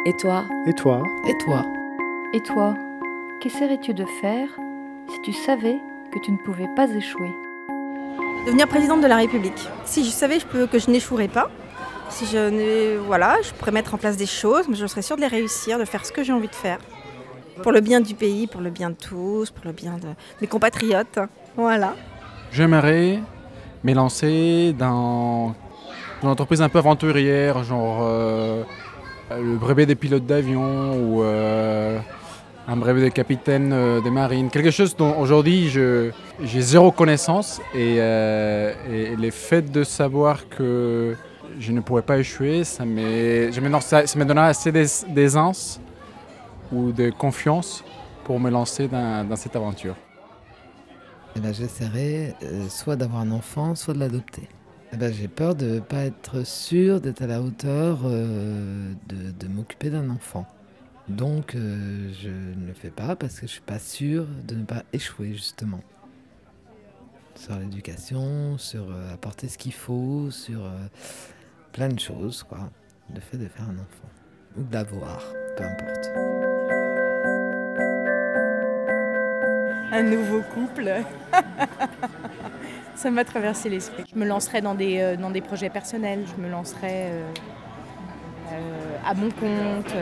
Et toi? Et toi? Et toi? Et toi, qu'essaierais-tu de faire si tu savais que tu ne pouvais pas échouer? Devenir présidente de la République. Si je savais que je n'échouerais pas, si je pourrais mettre en place des choses, mais je serais sûre de les réussir, de faire ce que j'ai envie de faire. Pour le bien du pays, pour le bien de tous, pour le bien de mes compatriotes. Voilà. J'aimerais me lancer dans une entreprise un peu aventurière, genre le brevet des pilotes d'avion ou un brevet de capitaine des marines. Quelque chose dont aujourd'hui j'ai zéro connaissance et le fait de savoir que je ne pourrais pas échouer, ça me donnera assez d'aisance ou de confiance pour me lancer dans cette aventure. Eh ben, j'essaierai soit d'avoir un enfant, soit de l'adopter. Eh ben, j'ai peur de ne pas être sûre d'être à la hauteur de m'occuper d'un enfant. Donc je ne le fais pas parce que je ne suis pas sûre de ne pas échouer justement. Sur l'éducation, sur apporter ce qu'il faut, sur plein de choses, quoi. Le fait de faire un enfant. Ou de l'avoir, peu importe. Un nouveau couple. Ça m'a traversé l'esprit. Je me lancerai dans des projets personnels, je me lancerai à mon compte.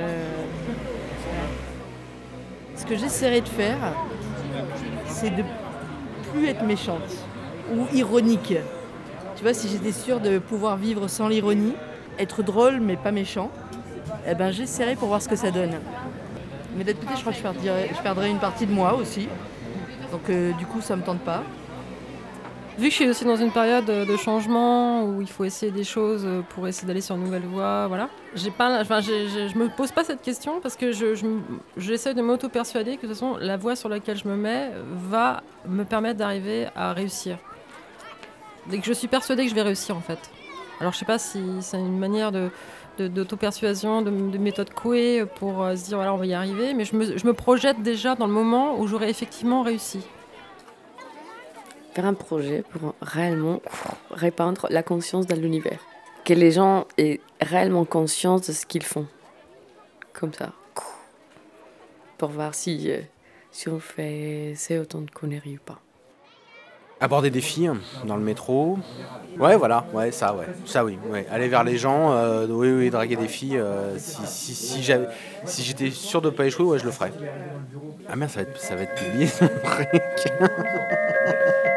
Ce que j'essaierai de faire, c'est de plus être méchante ou ironique. Tu vois, si j'étais sûre de pouvoir vivre sans l'ironie, être drôle mais pas méchant, eh ben j'essaierai pour voir ce que ça donne. Mais d'être côté, je crois que je perdrais une partie de moi aussi. Donc du coup, ça me tente pas. Vu que je suis aussi dans une période de changement où il faut essayer des choses pour essayer d'aller sur une nouvelle voie, voilà. Je me pose pas cette question parce que j'essaie de m'auto-persuader que de toute façon, la voie sur laquelle je me mets va me permettre d'arriver à réussir. Dès que je suis persuadée que je vais réussir en fait. Alors je sais pas si c'est une manière d'auto-persuasion, de méthode Coué pour se dire voilà on va y arriver, mais je me projette déjà dans le moment où j'aurai effectivement réussi. Faire un projet pour réellement répandre la conscience dans l'univers. Que les gens aient réellement conscience de ce qu'ils font. Comme ça. Pour voir si on fait c'est autant de conneries ou pas. Aborder des filles dans le métro. Ouais, voilà, ouais, ça, ouais. Ça, oui. Ouais. Aller vers les gens, oui, draguer des filles. Si j'étais sûr de ne pas échouer, ouais, je le ferais. Ah merde, ça va être publié, ce truc.